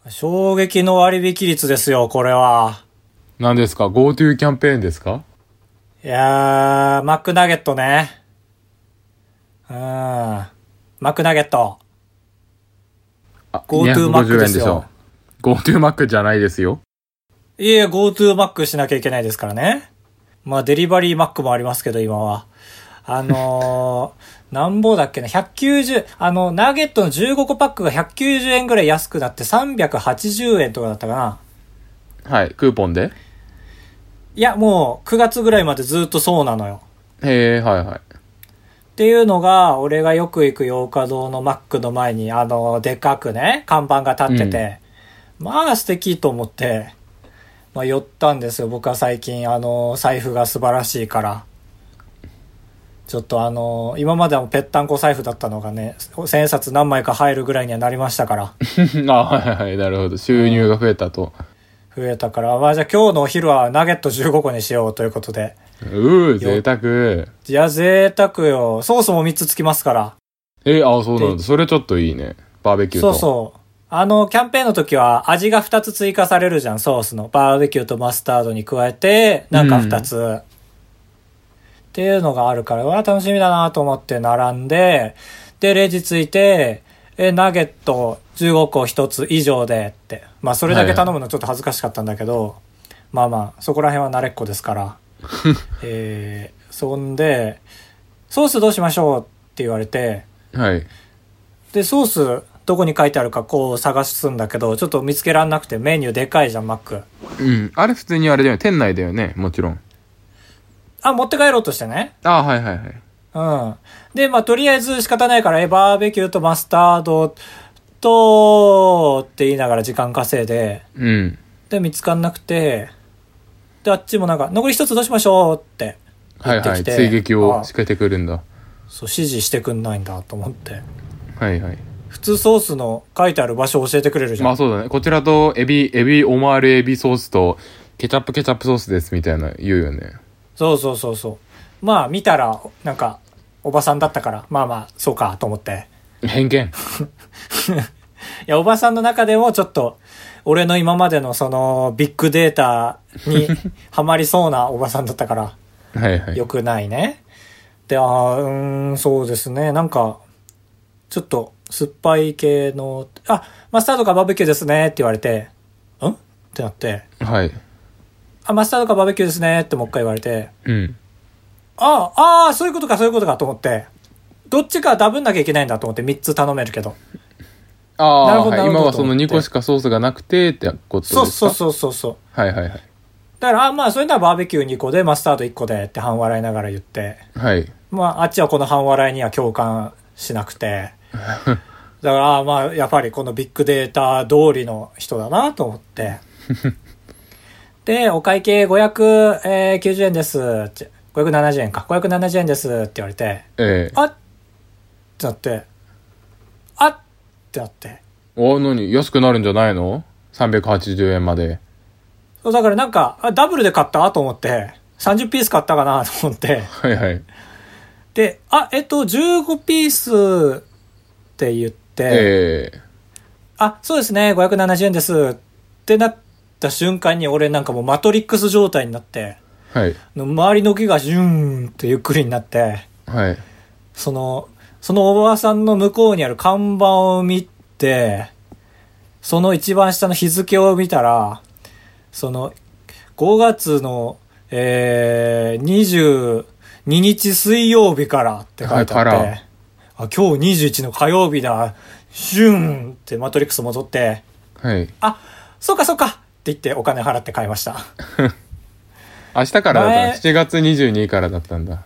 衝撃の割引率ですよ、これは。 何ですか？ GoTo キャンペーンですか？ いやー、マックナゲットね。マックナゲット。GoTo マックですよ。 GoTo マックじゃないですよ。 いえ、GoTo マックしなきゃいけないですからね。まあ、デリバリーマックもありますけど、今は。なんぼだっけな、190、ナゲットの15個パックが190円ぐらい安くなって380円とかだったかな。 はい、クーポンで？ いや、もう9月ぐらいまでずっとそうなのよ。 へえ、はいはい。 っていうのが、俺がよく行く洋華堂のマックの前に、でかくね、看板が立ってて、まあ素敵と思って、まあ寄ったんですよ。僕は最近、財布が素晴らしいから。ちょっと今まではぺったんこ財布だったのがね、千円札何枚か入るぐらいにはなりましたから。 あ、はいはい、なるほど。収入が増えたと。 増えたから、まあじゃあ今日のお昼はナゲット15個にしようということで。 贅沢。 いや、贅沢よ。ソースも3つつきますから。 そうなんだ。それちょっといいね。バーベキューと。 そうそう。キャンペーンの時は味が2つ追加されるじゃん、ソースの。バーベキューとマスタードに加えて、なんか2つ。っていうのがあるから、楽しみだなと思って並んで、で、レジついて、ナゲット15個1つ以上でって。まあ、それだけ頼むのちょっと恥ずかしかったんだけど、まあまあ、そこら辺は慣れっこですから。そんで、ソースどうしましょうって言われて、 はい。 で、ソース、どこに書いてあるかこう探すんだけど、ちょっと見つけらんなくて、メニューでかいじゃん、マック。 あれ普通にあれだよね。店内だよね。もちろん。 持って帰ろうとしてね。 はいはいはい。 で、まあ、とりあえず仕方ないから、バーベキューとマスタードと、って言いながら時間稼いで、で、見つかんなくて、で、あっちもなんか、残り一つどうしましょうって言ってきて。 追撃を仕掛けてくるんだ。 そう、指示してくんないんだと思って。 はいはい。 普通ソースの書いてある場所教えてくれるじゃん。 まあそうだね。こちらとエビオマールエビソースとケチャップソースですみたいな言うよね。 そう。まあ見たら、なんか、おばさんだったから、まあまあ、そうかと思って。 偏見。 いや、おばさんの中でもちょっと、俺の今までのその、ビッグデータにハマりそうなおばさんだったから。 はいはい。 よくないね。で、そうですね。なんか、ちょっと、酸っぱい系の、マスタードかバーベキューですねって言われて、ってなって、 はい。 マスタードかバーベキューですねってもう一回言われて、そういうことかと思って、どっちかダブんなきゃいけないんだと思って3つ頼めるけど。 なるほど。今はその2個しかソースがなくてってことですか？ そう。 はいはいはい。 だから、まあ、それならバーベキュー2個で、マスタード1個でって半笑いながら言って。 はい。 まあ、あっちはこの半笑いには共感しなくて。だから、まあ、やっぱりこのビッグデータ通りの人だなと思って。で、お会計590円です。570円か。570円ですって言われて。あってなって。ってなって。 何安くなるんじゃないの？ 380 円まで。 そう、だからなんか、ダブルで買ったと思って、30ピース買ったかなと思って。 はいはい。 で、15ピースって言って、そうですね、570円ですってなった瞬間に俺なんかもうマトリックス状態になって、 はい。 周りの木がジューンってゆっくりになって、 はい。 そのおばさんの向こうにある看板を見て、その一番下の日付を見たら、その5月の、22日水曜日からって書いてあって、今日21の火曜日だ、シューンってマトリックス戻って、 はい。 そうかって言ってお金払って買いました。 明日からだった。7月22からだったんだ。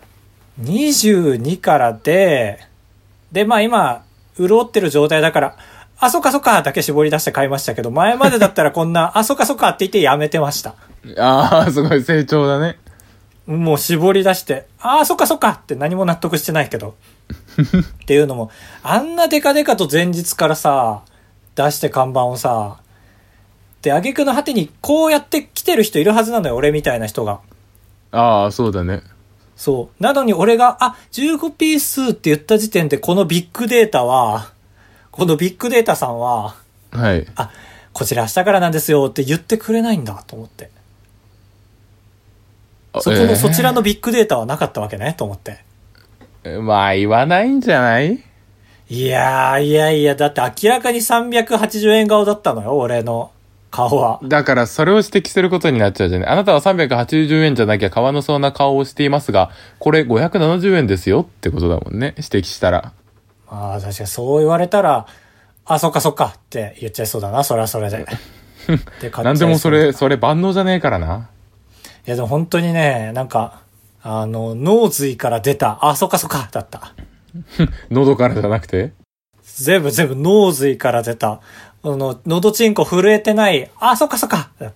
22からで、まあ今、潤ってる状態だから、そうかだけ絞り出して買いましたけど、前までだったらこんな、そうかって言ってやめてました。 すごい成長だね。 もう絞り出して、そっかって何も納得してないけど。っていうのも、あんなデカデカと前日からさ、出して看板をさ、で、挙句の果てにこうやって来てる人いるはずなのよ、俺みたいな人が。 そうだね。 そう。なのに俺が、15ピースって言った時点でこのビッグデータさんは、 はい。 こちら明日からなんですよって言ってくれないんだと思って。そちらのビッグデータはなかったわけねと思って。 まあ言わないんじゃない？ いや、だって明らかに380円顔だったのよ、俺の顔は。 だからそれを指摘することになっちゃうじゃない。あなたは380円じゃなきゃ買わなそうな顔をしていますが、これ570円ですよってことだもんね、指摘したら。 まあ確かにそう言われたら、あ、そっかって言っちゃいそうだな、それはそれで。 なんでもそれ万能じゃねえからな。 いやでも本当にね、なんか、脳髄から出た、あ、そっかだった。 喉からじゃなくて？ 全部脳髄から出た。喉チンコ震えてない、あ、そっかだった。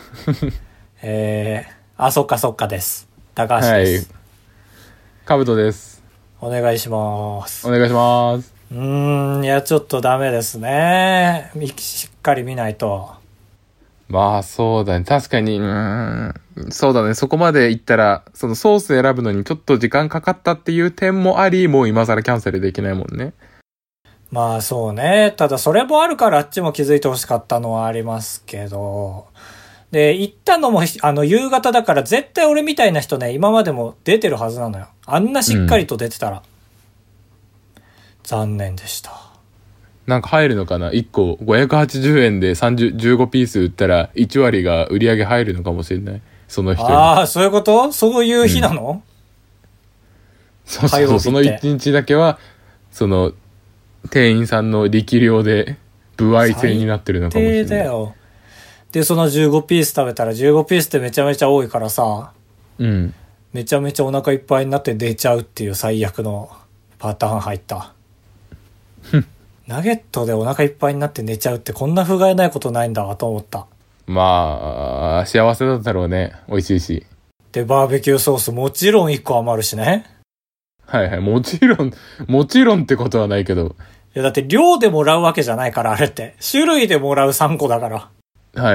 あ、そっかです。高橋です。 はい。カブトです。 お願いします。 お願いします。 いや、ちょっとダメですね。しっかり見ないと。 まあそうだね。確かに、そうだね。そこまで行ったら、そのソース選ぶのにちょっと時間かかったっていう点もあり、もう今更キャンセルできないもんね。 まあそうね。ただそれもあるからあっちも気づいてほしかったのはありますけど。で、行ったのも夕方だから絶対俺みたいな人ね、今までも出てるはずなのよ。あんなしっかりと出てたら。残念でした。 なんか入るのかな ?1 個580円で15ピース売ったら1割が売り上げ入るのかもしれない。その人に。 ああ、そういうこと？そういう日なの？ そう、その1日だけは、その、店員さんの力量で、歩合制になってるのかもしれない。 最低だよ。で、その15ピース食べたら15ピースってめちゃめちゃ多いからさ、めちゃめちゃお腹いっぱいになって出ちゃうっていう最悪のパターン入った。ナゲットでお腹いっぱいになって寝ちゃうってこんな不甲斐ないことないんだわと思った。 まあ、幸せだったろうね。美味しいし。 で、バーベキューソースもちろん1個余るしね。 はい、もちろんってことはないけど。 いやだって量でもらうわけじゃないから、あれって。種類でもらう3個だから。 はい。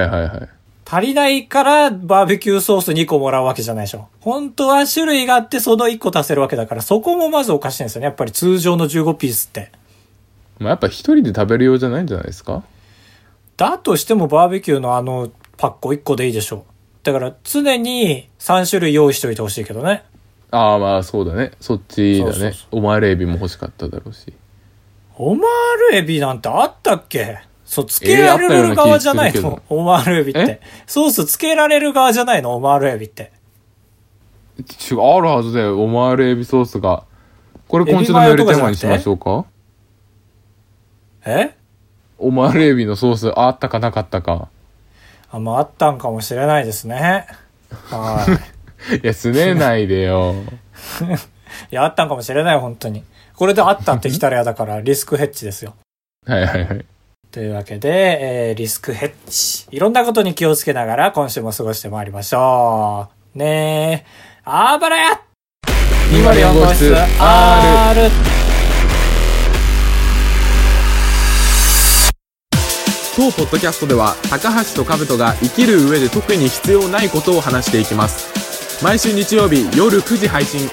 足りないからバーベキューソース2個もらうわけじゃないでしょ。本当は種類があってその1個足せるわけだから、そこもまずおかしいんですよね。やっぱり通常の15ピースって。 まあやっぱ一人で食べるようじゃないんじゃないですか？ だとしてもバーベキューのパック1個でいいでしょ。だから常に3種類用意しておいてほしいけどね。 ああまあそうだね。そっちだね。そうオマールエビも欲しかっただろうし。 オマールエビなんてあったっけ？そう、つけられる側じゃないの？オマールエビって。ソースつけられる側じゃないの？オマールエビって。 あるはずだよ。オマールエビソースが。これ今週のメールテーマにしましょうか？オマールエビのソースあったかなかったか。 まああったんかもしれないですね。はい。 いや、すねないでよ。 いや、あったんかもしれない、本当に。これであったってきたらやだから、リスクヘッジですよ。 はい。 というわけで、リスクヘッジ。いろんなことに気をつけながら、今週も過ごしてまいりましょう。ねえ、あばらや !204 号室 R! 当ポッドキャストでは高橋と兜が生きる上で特に必要ないことを話していきます。毎週日曜日夜9時配信。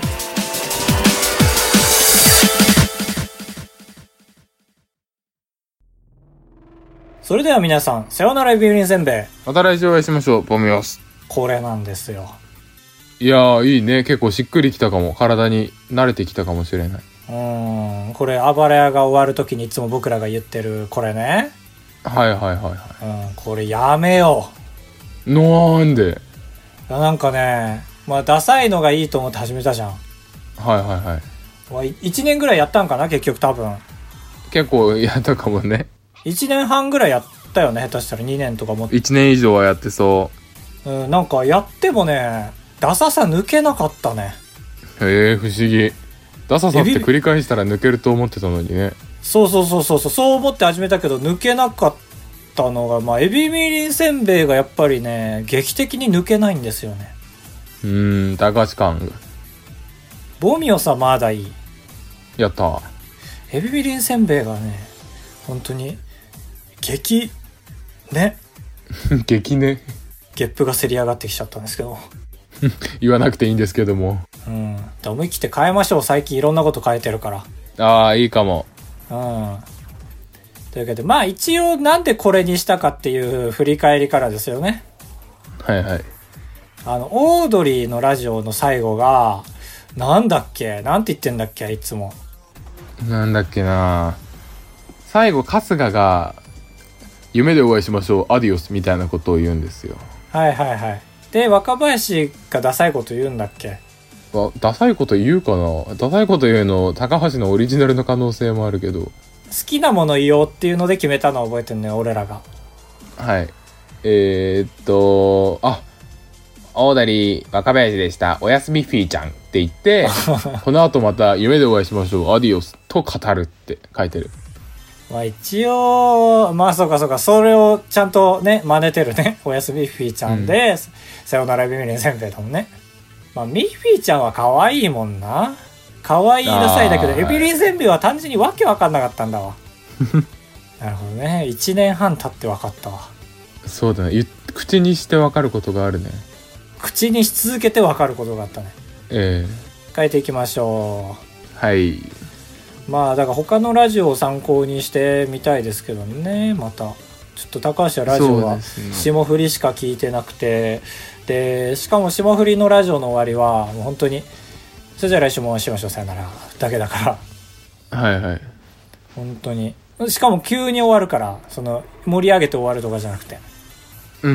それでは皆さん、さよならビビリンせんべい。 また来週お会いしましょう。ポミオス。 これなんですよ。 いやーいいね。結構しっくりきたかも。体に慣れてきたかもしれない。 これあばらやが終わるときにいつも僕らが言ってるこれね。 はい。 これやめよう。なんで？ なんかね、まあダサいのがいいと思って始めたじゃん。 はい。 1年ぐらいやったんかな結局多分。 結構やったかもね。 1年半ぐらいやったよね。下手したら2年とかも。 1年以上はやってそう。 なんかやってもね、ダサさ抜けなかったね。 へえ、不思議。ダサさって繰り返したら抜けると思ってたのにね。 そう思って始めたけど抜けなかったのが、まあエビみりんせんべいがやっぱりね劇的に抜けないんですよね。 高橋感。 ボミオさまだいい。 やった。 エビみりんせんべいがね本当に激ね激ね。 ゲップがせり上がってきちゃったんですけど言わなくていいんですけども。 思い切って変えましょう。最近いろんなこと変えてるから。 ああいいかも。 というわけで、まあ一応なんでこれにしたかっていう振り返りからですよね。 はいはい。 オードリーのラジオの最後が、なんだっけ、なんて言ってんだっけ、いつも。 なんだっけな。最後、春日が、夢でお会いしましょう、アディオスみたいなことを言うんですよ。 はいはいはい。で、若林がダサいこと言うんだっけ。 ダサいこと言うかな。ダサいこと言うの、高橋のオリジナルの可能性もあるけど。 好きなもの言おうっていうので決めたのを覚えてんのよ、俺らが。 はい。オーダリー若林でした。おやすみフィーちゃんって言って、この後また夢でお会いしましょう。アディオスと語るって書いてる。 まあ一応、まあそうかそうか、それをちゃんとね、真似てるね。おやすみフィーちゃんで、さよならビビリンせんべいだもんね。まあミッフィーちゃんは可愛いもんな。可愛いダサいだけど、エビリンせんべいは単純にわけわかんなかったんだわ。なるほどね。1年半経ってわかったわ。 そうだね。口にしてわかることがあるね。 口にし続けてわかることがあったね。書いていきましょう。はい。 まあだから他のラジオを参考にしてみたいですけどね。またちょっと高橋はラジオは霜降りしか聞いてなくて、でしかも霜降りのラジオの終わりはもう本当にそれじゃあ来週もお会いしましょうさよならだけだから。 はいはい。 本当に。しかも急に終わるから、その盛り上げて終わるとかじゃなくて。 うん。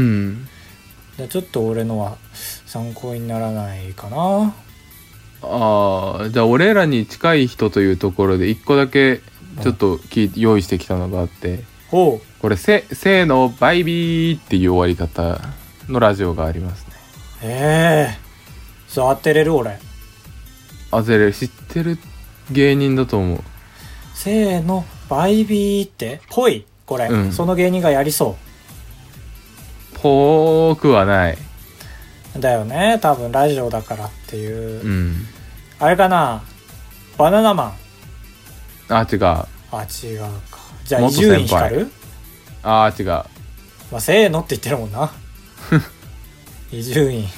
でちょっと俺のは参考にならないかな。 じゃあ俺らに近い人というところで一個だけちょっと用意してきたのがあって、これせーのバイビーっていう終わり方のラジオがありますね。 そう当てれる俺。 当てれる。知ってる芸人だと思う。 せーのバイビーってぽいこれ、その芸人がやりそう。 ぽーくはないだよね、多分ラジオだからっていう、あれかな、バナナマン。 違う。 違うか。じゃあ伊集院光。違う。 まあせーのって言ってるもんな。伊集院。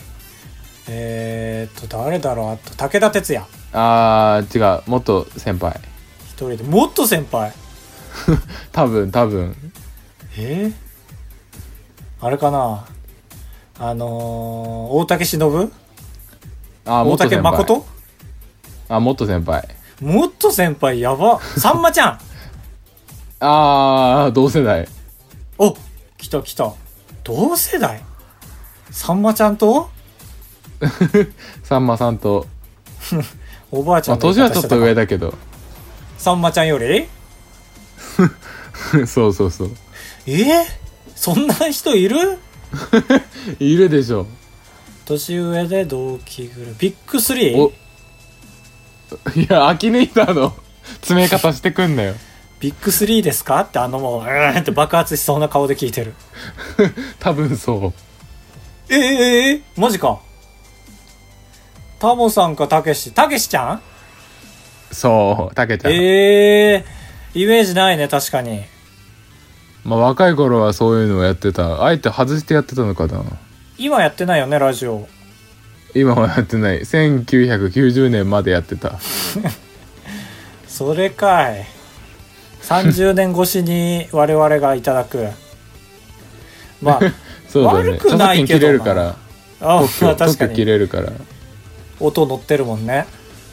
誰だろう。あと武田鉄矢。 違う。もっと先輩。 一人でもっと先輩。 多分あれかな、大竹しのぶ。 大竹誠。 もっと先輩。 もっと先輩やば。さんまちゃん。同世代。 お、来た。同世代。さんまちゃんとさんまさんとおばあちゃんの年はちょっと上だけど、 さんまちゃんよりそう。 そんな人いる？ いるでしょ。 年上で同期ぐらい。ビッグスリー？ いや、アキネーターの詰め方してくんなよ。 ビッグスリーですかってもうって爆発しそうな顔で聞いてる。 多分そう。 マジか。タモさんかたけしちゃん？ そう、たけちゃん。 イメージないね、確かに。 若い頃はそういうのをやってた。あえて外してやってたのかな。 今やってないよね、ラジオ。 今はやってない。1990年までやってた。 それかい。30年越しに我々がいただく。まあそうだね、 悪くないけどな。 切れるから。確かに切れるから。 音乗ってるもんね。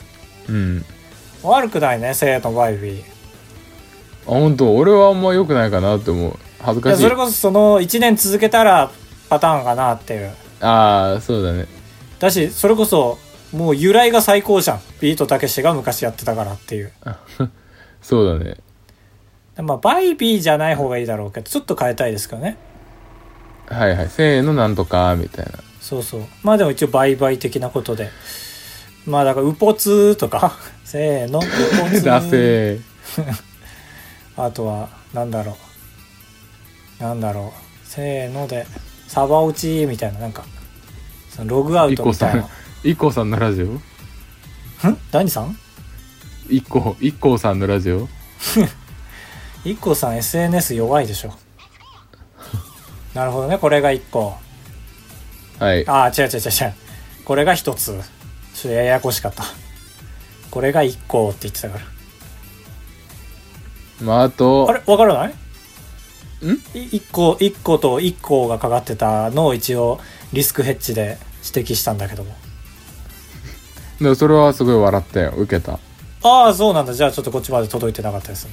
悪くないね、せーのバイビー。 本当、俺はあんま良くないかなって思う。恥ずかしい。 それこそその1年続けたらパターンかなっていう。 そうだね。 だし、それこそもう由来が最高じゃん。ビートたけしが昔やってたからっていう。 そうだね。 バイビーじゃない方がいいだろうけど、ちょっと変えたいですかね。 はいはい。せーのなんとかみたいな。 そう。でも一応バイバイ的なことで。だからウポツーとかせーのウポツー。 だせー。 あとはなんだろうせーのでサバ落ちみたいな、なんかそのログアウトみたいな。 IKKOさんのラジオ？ 何さん ？IKKOさんのラジオ ？IKKOさん SNS 弱いでしょ。なるほどね、これが1個。 はい。 違う。これが1つ。ちょっとややこしかった。これが1個って言ってたから。 まああとあれわからない？ ん 1個と1個がかかってたのを一応リスクヘッジで指摘したんだけども。 でもそれはすごい笑ったよ。受けた。 ああそうなんだ。じゃあちょっとこっちまで届いてなかったですね。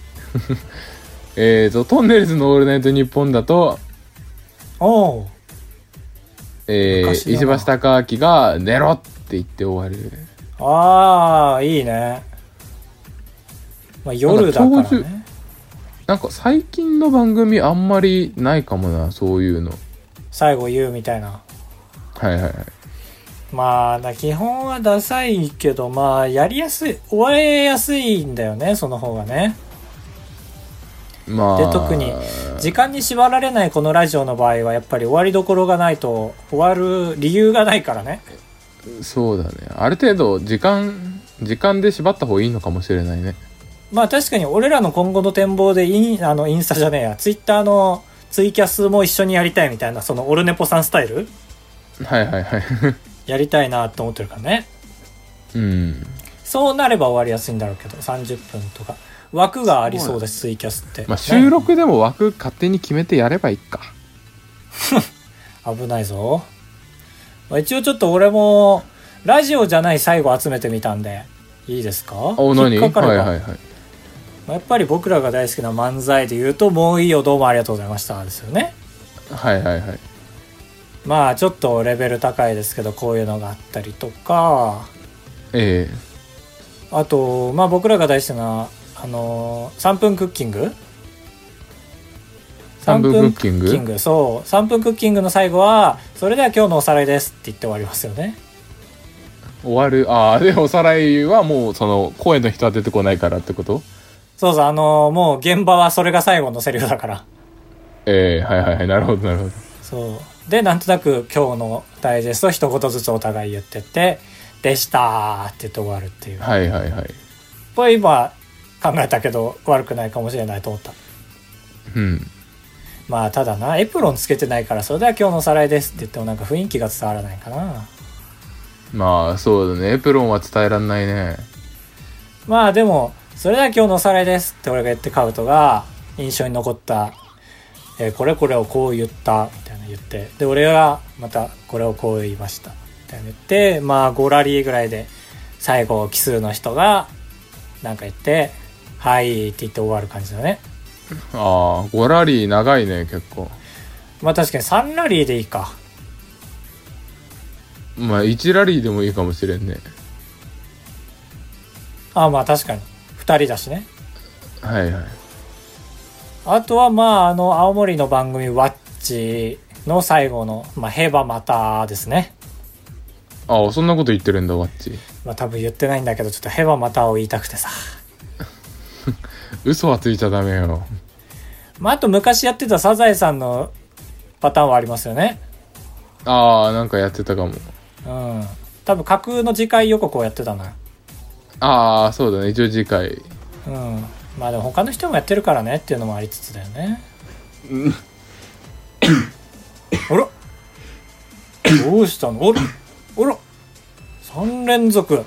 トンネルズのオールナイトニッポンだと、 お石橋貴明が寝ろって言って終わる。 ああいいね。まあ夜だからね。 なんか最近の番組あんまりないかもな、そういうの。 最後言うみたいな。 はいはいはい。 まあ基本はダサいけど、まあやりやすい、終わりやすいんだよね、その方がね。 まあで特に時間に縛られないこのラジオの場合はやっぱり終わりどころがないと終わる理由がないからね。 そうだね。ある程度時間で縛った方がいいのかもしれないね。 まあ確かに俺らの今後の展望でインスタじゃねえや、ツイッターのツイキャスも一緒にやりたいみたいな、そのオルネポさんスタイルはいはいはいやりたいなと思ってるからね。 うん。 そうなれば終わりやすいんだろうけど、30分とか枠がありそうです、ツイキャスって。 まあ収録でも枠勝手に決めてやればいいか。 危ないぞ。一応ちょっと俺もラジオじゃない最後集めてみたんでいいですか？ 何？ 引っかかれば、 はいはいはい。 やっぱり僕らが大好きな漫才で言うと、もういいよどうもありがとうございましたですよね。 はいはいはい。 まあちょっとレベル高いですけど、こういうのがあったりとか、あとまあ僕らが大好きな3分クッキング 3分クッキングそう3分クッキングの最後はそれでは今日のおさらいですって言って終わりますよね。 終わる。でおさらいはもうその声の人は出てこないからってこと？ そうそう、もう現場はそれが最後のセリフだから。 はいはいはい、なるほどなるほど。 そうで、なんとなく今日のダイジェスト一言ずつお互い言ってってでしたって言って終わるっていう。 はいはいはい。 これ今考えたけど悪くないかもしれないと思った。 うん。 まあただな、エプロンつけてないから、それでは今日のおさらいですって言ってもなんか雰囲気が伝わらないかな。 まあそうだね、エプロンは伝えらんないね。 まあでもそれでは今日のおさらいですって俺が言ってカウトが印象に残った、これこれをこう言ったみたいな言って、で俺がまたこれをこう言いましたみたいな言って、まあ5ラリーぐらいで最後奇数の人がなんか言ってはいって言って終わる感じだね。 5ラリー長いね結構。 まあ確かに3ラリーでいいか。 まあ1ラリーでもいいかもしれんね。 まあ確かに2人だしね。 はいはい。 あとはまあ青森の番組ワッチの最後のヘバまたですね。 そんなこと言ってるんだワッチ。 まあ多分言ってないんだけど、ちょっとヘバまたを言いたくてさ。 嘘はついちゃダメよ。 まああと昔やってたサザエさんのパターンはありますよね。 なんかやってたかも。 多分架空の次回予告をやってたな。 そうだね、一応次回。 まあでも他の人もやってるからねっていうのもありつつだよね。あらどうしたの？あら3連続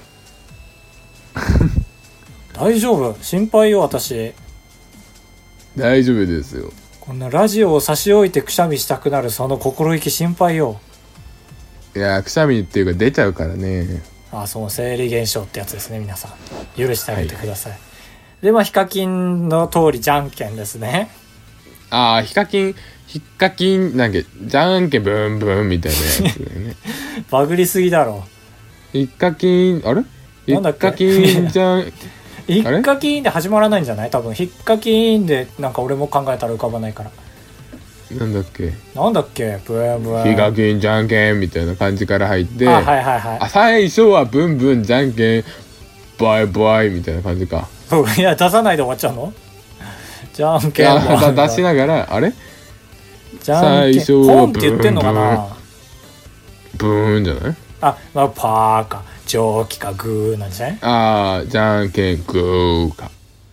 大丈夫？心配よ私。 大丈夫ですよ。 こんなラジオを差し置いてくしゃみしたくなるその心意気心配よ。 いやくしゃみっていうか出ちゃうからね。 そう生理現象ってやつですね。皆さん許してあげてください。でヒカキンの通りじゃんけんですね。 ヒカキンなんかじゃんけんブンブンみたいなやつだよね。 バグりすぎだろ。 ヒカキンなんだっけ？ ヒカキンじゃんヒッカキーンで始まらないんじゃない？多分ヒッカキーンでなんか俺も考えたら浮かばないから。 なんだっけブーブーヒカキンじゃんけんみたいな感じから入って、 はいはいはい。 最初はブンブンじゃんけんバイバイみたいな感じか。 いや出さないで終わっちゃうの？じゃんけんバイ出しながらじゃんけん最初はポンって言ってんのかな。 ブーンじゃない？ パーか蒸気かグーなんじゃない？ じゃんけんグーか。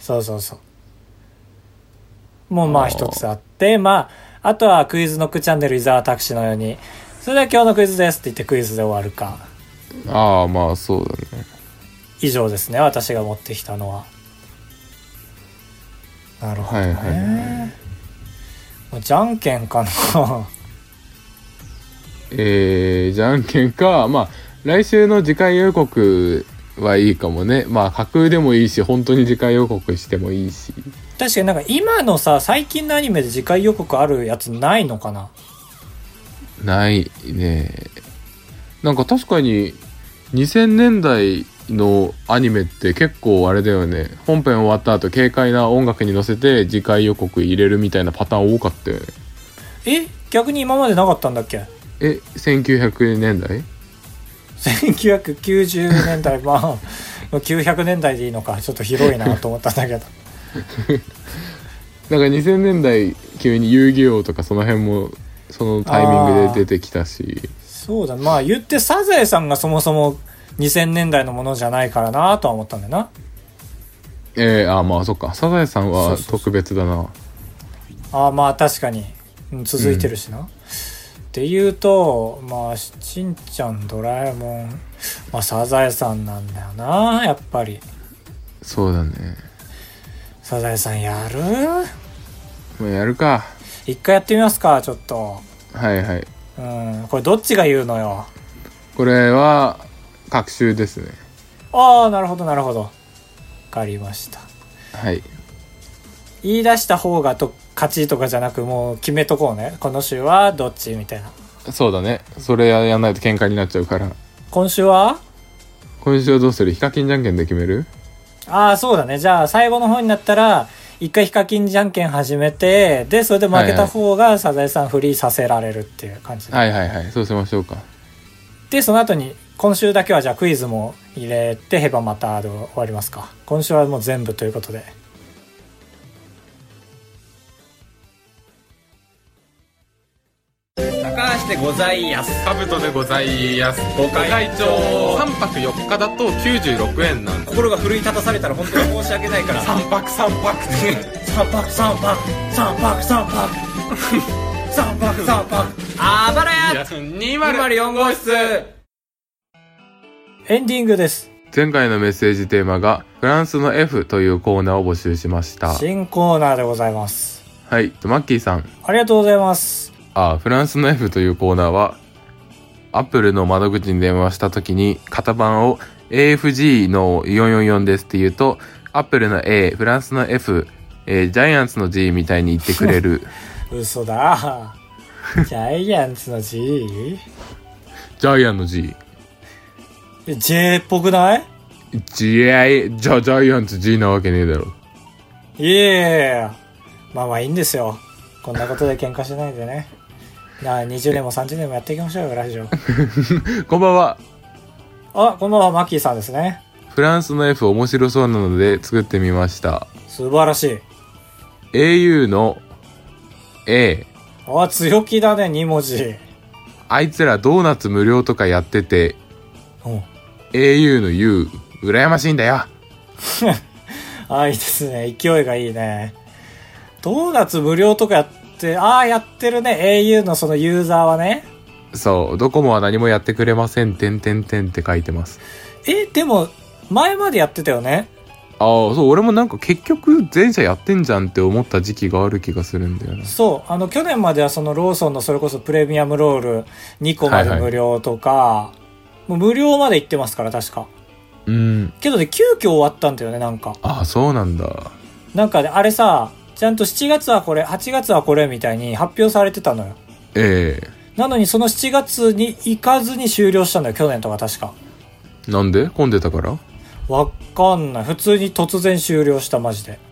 そうもう一つあって、あとはクイズノックチャンネル伊沢拓司のようにそれでは今日のクイズですって言ってクイズで終わるか。 まあそうだね。 以上ですね、私が持ってきたのは。 なるほどね、はいはい、じゃんけんかなじゃんけんか。まあ来週の次回予告はいいかもね。まあ架空でもいいし、本当に次回予告してもいいし。 確かになんか今のさ、最近のアニメで次回予告あるやつないのかな。 ないね。なんか確かに2000年代のアニメって結構あれだよね。本編終わった後軽快な音楽に乗せて次回予告入れるみたいなパターン多かったよね。 逆に今までなかったんだっけ。 1900年代 1990年代まあ900年代でいいのか、ちょっと広いなと思ったんだけどなんか2000年代急に遊戯王とかその辺もそのタイミングで出てきたし。 そうだ、まあ言ってサザエさんがそもそも2000年代のものじゃないからなとは思ったんだよな。まあそっか、サザエさんは特別だな。 まあ確かに続いてるしな、っていうと、まあしんちゃん、ドラえもん、まあサザエさんなんだよな、やっぱり。 そうだね。 サザエさんやる？ もうやるか。 一回やってみますか、ちょっと。 はいはい。 これどっちが言うのよ。 これは隔週ですね。 なるほどなるほど。わかりました。 はい。 言い出した方が勝ちとかじゃなく、もう決めとこうね。この週はどっちみたいな。 そうだね。それやんないと喧嘩になっちゃうから。 今週はどうする？ヒカキンじゃんけんで決める？ そうだね。じゃあ最後の方になったら一回ヒカキンじゃんけん始めて、でそれで負けた方がサザエさんフリーさせられるっていう感じで。 はいはいはい。そうしましょうか。 でその後に今週だけはじゃあクイズも入れてヘバマタで終わりますか。今週はもう全部ということで。高橋でございやす。 カブトでございやす。ご会長。3泊4日だと96円なんで。 心が奮い立たされたら本当に申し訳ないから 3泊3泊あばらや204号室。エンディングです。 前回のメッセージテーマがフランスの F というコーナーを募集しました。 新コーナーでございます。 はい、マッキーさんありがとうございます。 フランスの F というコーナーはアップルの窓口に電話した時に型番を AFG の444ですって言うとアップルの A、フランスの F、ジャイアンツの G みたいに言ってくれる嘘だジャイアンツの G？ ジャイアンの G J っぽくない？ ジャイアンツ G なわけねえだろ。 まあいいんですよ。こんなことで喧嘩しないでね。20年も30年もやっていきましょうよ、ラジオ。 こんばんは。 こんばんは、マッキーさんですね。 フランスの F 面白そうなので作ってみました。 素晴らしい。 au の A。 強気だね、2文字。 あいつらドーナツ無料とかやってて、au の U、羨ましいんだよ。 いいですね。勢いがいいね。ドーナツ無料とかやって、やってるね。au のそのユーザーはね。 そう、ドコモは何もやってくれません。って書いてます。 でも、前までやってたよね。 そう、俺もなんか結局全社やってんじゃんって思った時期がある気がするんだよね。 そう、去年まではそのローソンのそれこそプレミアムロール2個まで無料とか、もう無料まで行ってますから、確か。けどね、急遽終わったんだよね、なんか。 そうなんだ。 なんかね、あれさ、ちゃんと7月はこれ、8月はこれみたいに発表されてたのよ。なのにその7月に行かずに終了したんだよ、去年とか確か。 なんで？混んでたから？ わかんない。普通に突然終了した、マジで。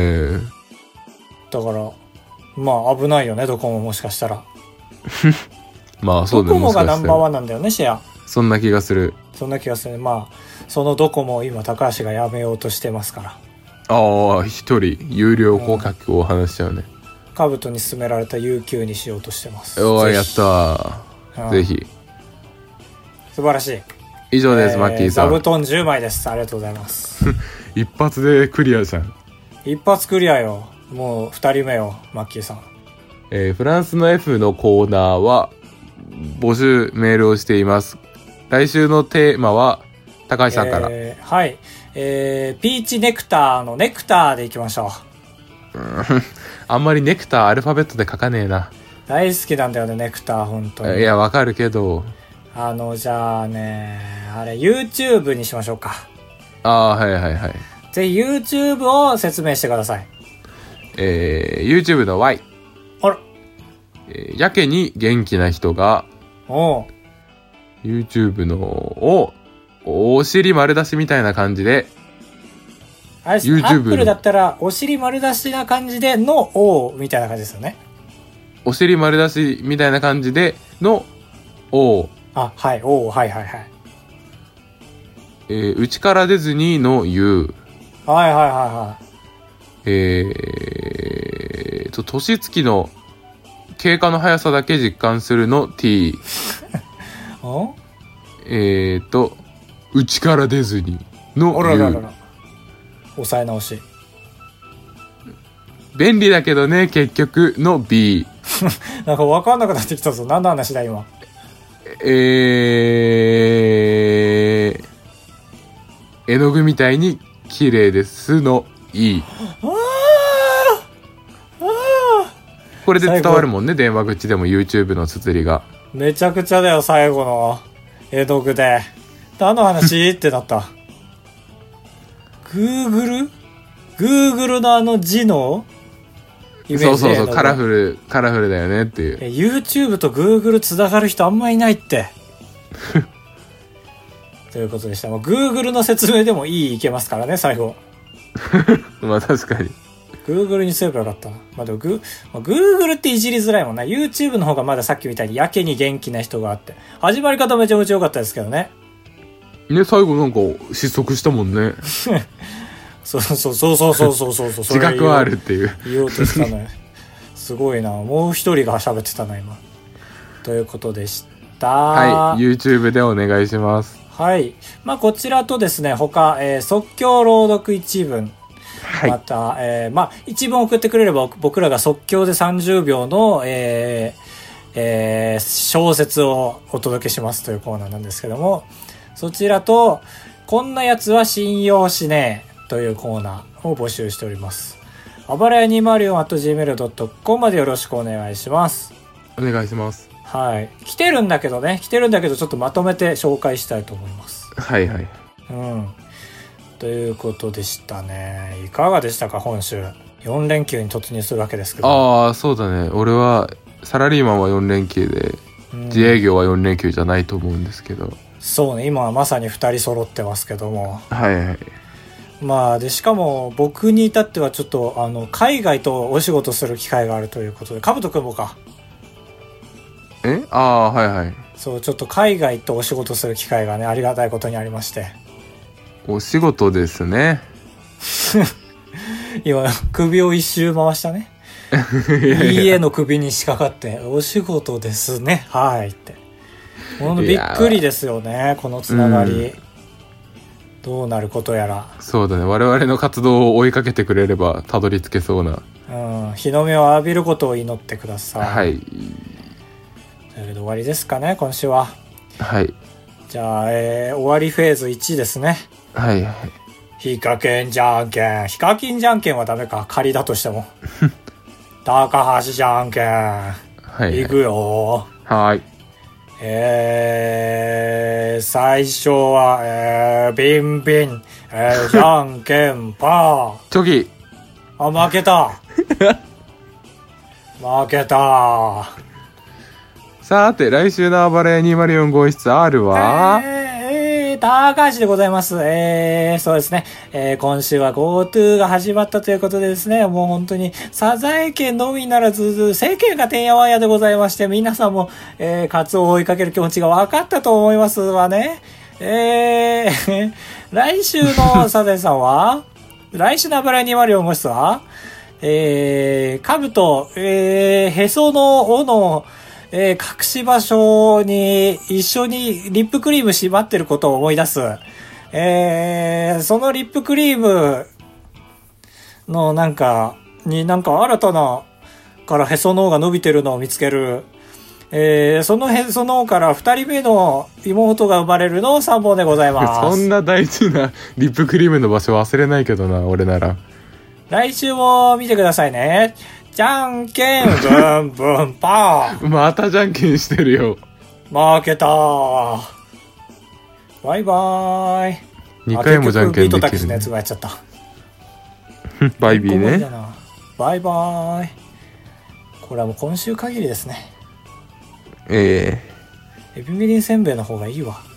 だから、まあ危ないよね、ドコモもしかしたら。 まあそうだね。 ドコモがナンバーワンなんだよね、シェア。 そんな気がする。 まあ、そのドコモを今高橋がやめようとしてますから。 一人有料顧客を話しちゃうね。 カブトに勧められた UQ にしようとしてます。 やったー。ぜひ。 素晴らしい。 以上です、マッキーさん。 座布団10枚です。ありがとうございます。 一発でクリアじゃん。 一発クリアよ。もう2人目よ、マッキーさん。 フランスの F のコーナーは募集メールをしています。来週のテーマは高橋さんから。 はい。ピーチネクターのネクターでいきましょあんまりネクターアルファベットで書かねえな。 大好きなんだよね、ネクター、本当に。 いや、わかるけど。 じゃあね、あれ、YouTube にしましょうか。 はいはいはい。 ぜひ YouTube を説明してください。 YouTube の Y。 あら。 やけに元気な人が、YouTube のお尻丸出しみたいな感じで、 あれ、YouTube アップルだったら、お尻丸出しな感じでの O みたいな感じですよね。 お尻丸出しみたいな感じでの O。 はい、O、はいはいはい。 内から出ずにの U。 はいはいはいはい。 年月の経過の速さだけ実感するの T。内から出ずにの U。 抑え直し。 便利だけどね、結局の B。 なんか分かんなくなってきたぞ。何の話だ今。 絵の具みたいに綺麗ですの E。これで伝わるもんね、電話口でも YouTube の綴りが。 めちゃくちゃだよ、最後の絵の具で。何の話ってなった。Google の字のイメージで。 そう、カラフルだよねっていう。 YouTube と Google つながる人あんまいないって。ということでした。Google の説明でもいけますからね、最後。 まあ確かに。 Google にすればよかったな。でもGoogle っていじりづらいもんな。YouTube の方がまださっきみたいにやけに元気な人があって。始まり方めちゃめちゃ良かったですけどね。 ね、最後なんか失速したもんね。 そう自覚はあるっていう。 言おうとしたのよ。すごいな。もう一人が喋ってたな、今。ということでした。 はい。YouTube でお願いします。 はい。こちらとですね、他、即興朗読一文。 はい。 また、一文送ってくれれば僕らが即興で30秒の、小説をお届けしますというコーナーなんですけども、そちらと、こんなやつは信用しねえというコーナーを募集しております。あばらや 204@gmail.com までよろしくお願いします。 お願いします。 はい。来てるんだけどちょっとまとめて紹介したいと思います。 はいはい。 ということでしたね。いかがでしたか、今週。4連休に突入するわけですけど。 そうだね。俺は、サラリーマンは4連休で、自営業は4連休じゃないと思うんですけど。 そうね、今はまさに2人揃ってますけども。 はいはい。 で、しかも僕に至ってはちょっと、海外とお仕事する機会があるということで、かぶとくんもか。 はいはい。 そう、ちょっと海外とお仕事する機会がね、ありがたいことにありまして。 お仕事ですね。 今、首を一周回したね。いいえの首に仕掛かって、お仕事ですね。はいって。びっくりですよね、このつながり。どうなることやら。 そうだね、我々の活動を追いかけてくれればたどり着けそうな。 日の目を浴びることを祈ってください。 はい。 というわけで終わりですかね、今週は。 はい。 じゃあ、終わりフェーズ1ですね。 はいはい。 ヒカキンじゃんけん。ヒカキンじゃんけんはダメか。仮だとしても。高橋じゃんけん。はい。いくよ。 はい。 最初は、ビンビン、じゃんけんパー。 チョキ。 負けた。負けた。 さて、来週の暴れ204号室 R は高橋でございます。そうですね。今週は GoTo が始まったということでですね、もう本当に、サザエ県のみならず、世間がてんやわんやでございまして、皆さんも、カツオを追いかける気持ちが分かったと思いますわね。来週のサザエさんは来週の暴れ204号室はカブト、へその緒の、隠し場所に一緒にリップクリーム縛ってることを思い出す。そのリップクリームのなんか新たなからへその緒が伸びてるのを見つける。そのへその緒から二人目の妹が生まれるの3本でございます。 そんな大事なリップクリームの場所忘れないけどな、俺なら。 来週も見てくださいね。じゃんけんブンブンパー。 またじゃんけんしてるよ。 負けたー。バイバーイ。 2回もじゃんけんできる、ね。 ビートたけしのやつもやっちゃった。 バイビーね。 バイバーイ。これはもう今週限りですね。 エビみりんせんべいの方がいいわ。